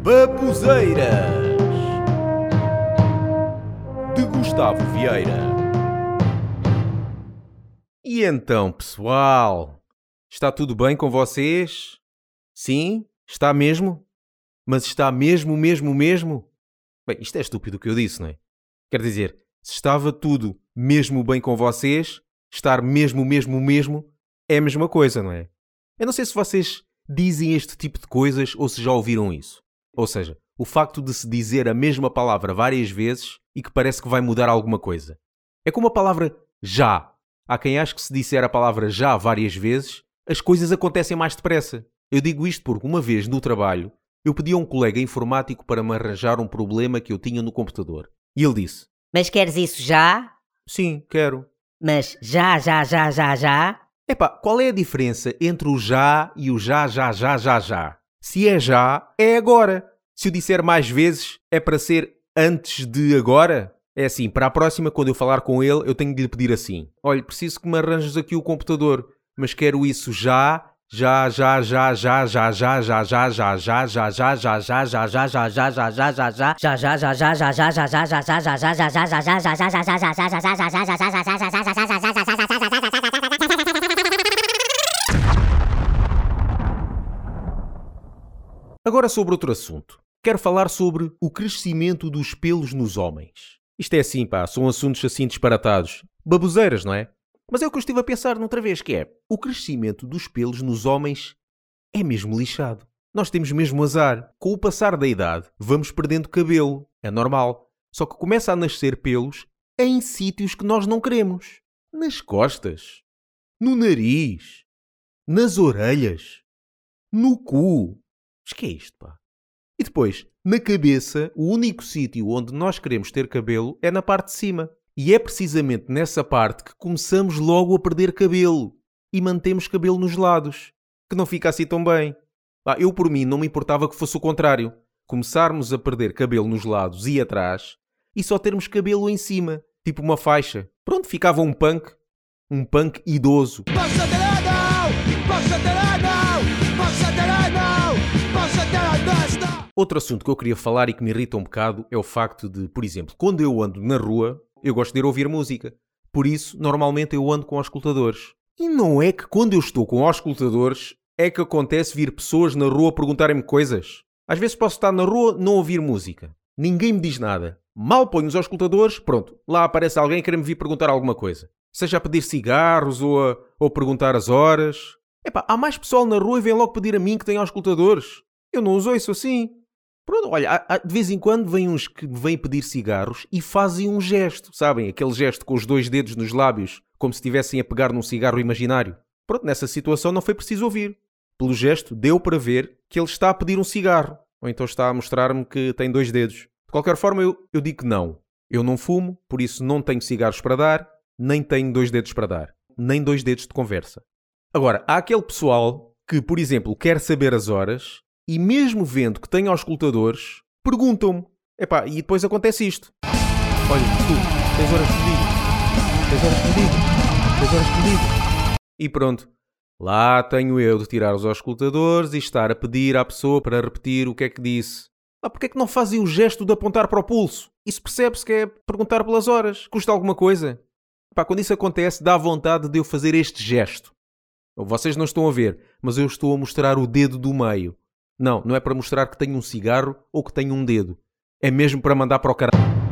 Baboseiras de Gustavo Vieira. E então, pessoal, está tudo bem com vocês? Sim? Está mesmo? Mas está mesmo? Bem, isto é estúpido o que eu disse, não é? Quer dizer, se estava tudo mesmo bem com vocês, estar mesmo é a mesma coisa, não é? Eu não sei se vocês dizem este tipo de coisas ou se já ouviram isso. Ou seja, o facto de se dizer a mesma palavra várias vezes e que parece que vai mudar alguma coisa. É como a palavra já. Há quem ache que se disser a palavra já várias vezes, as coisas acontecem mais depressa. Eu digo isto porque uma vez no trabalho, eu pedi a um colega informático para me arranjar um problema que eu tinha no computador. E ele disse: Mas queres isso já? Sim, quero. Mas já? Epá, qual é a diferença entre o já e o já? Se é já, é agora. Se eu disser mais vezes, é para ser antes de agora? É assim, para a próxima, quando eu falar com ele, eu tenho de lhe pedir assim: olha, preciso que me arranjes aqui o computador, mas quero isso já. Agora sobre outro assunto. Quero falar sobre o crescimento dos pelos nos homens. Isto é assim, pá, são assuntos assim disparatados. Baboseiras, não é? Mas é o que eu estive a pensar noutra vez, que é: o crescimento dos pelos nos homens é mesmo lixado. Nós temos mesmo azar. Com o passar da idade, vamos perdendo cabelo. É normal. Só que começa a nascer pelos em sítios que nós não queremos. Nas costas. No nariz. Nas orelhas. No cu. Mas que é isto, pá? E depois, na cabeça, o único sítio onde nós queremos ter cabelo é na parte de cima. E é precisamente nessa parte que começamos logo a perder cabelo. E mantemos cabelo nos lados. Que não fica assim tão bem. Eu, por mim, não me importava que fosse o contrário. Começarmos a perder cabelo nos lados e atrás e só termos cabelo em cima. Tipo uma faixa. Pronto, ficava um punk. Um punk idoso. Outro assunto que eu queria falar e que me irrita um bocado é o facto de, por exemplo, quando eu ando na rua, eu gosto de ir ouvir música. Por isso, normalmente eu ando com auscultadores. E não é que quando eu estou com auscultadores é que acontece vir pessoas na rua perguntarem-me coisas. Às vezes posso estar na rua não ouvir música. Ninguém me diz nada. Mal ponho os auscultadores, pronto. Lá aparece alguém que quer me vir perguntar alguma coisa. Seja a pedir cigarros ou a perguntar as horas. Epá, há mais pessoal na rua e vem logo pedir a mim que tem auscultadores. Eu não os ouço assim. Pronto, olha, de vez em quando vêm uns que vêm pedir cigarros e fazem um gesto, sabem? Aquele gesto com os 2 dedos nos lábios, como se estivessem a pegar num cigarro imaginário. Pronto, nessa situação não foi preciso ouvir. Pelo gesto, deu para ver que ele está a pedir um cigarro. Ou então está a mostrar-me que tem 2 dedos. De qualquer forma, eu digo que não. Eu não fumo, por isso não tenho cigarros para dar, nem tenho 2 dedos para dar. Nem 2 dedos de conversa. Agora, há aquele pessoal que, por exemplo, quer saber as horas e mesmo vendo que tem auscultadores, perguntam-me. Epá, e depois acontece isto. Olha, tu, tens horas pedido. E pronto. Lá tenho eu de tirar os auscultadores e estar a pedir à pessoa para repetir o que é que disse. Porque é que não fazem o gesto de apontar para o pulso? Isso percebe-se que é perguntar pelas horas. Custa alguma coisa? Quando isso acontece, dá vontade de eu fazer este gesto. Vocês não estão a ver, mas eu estou a mostrar o dedo do meio. Não é para mostrar que tenho um cigarro ou que tenho um dedo. É mesmo para mandar para o caralho.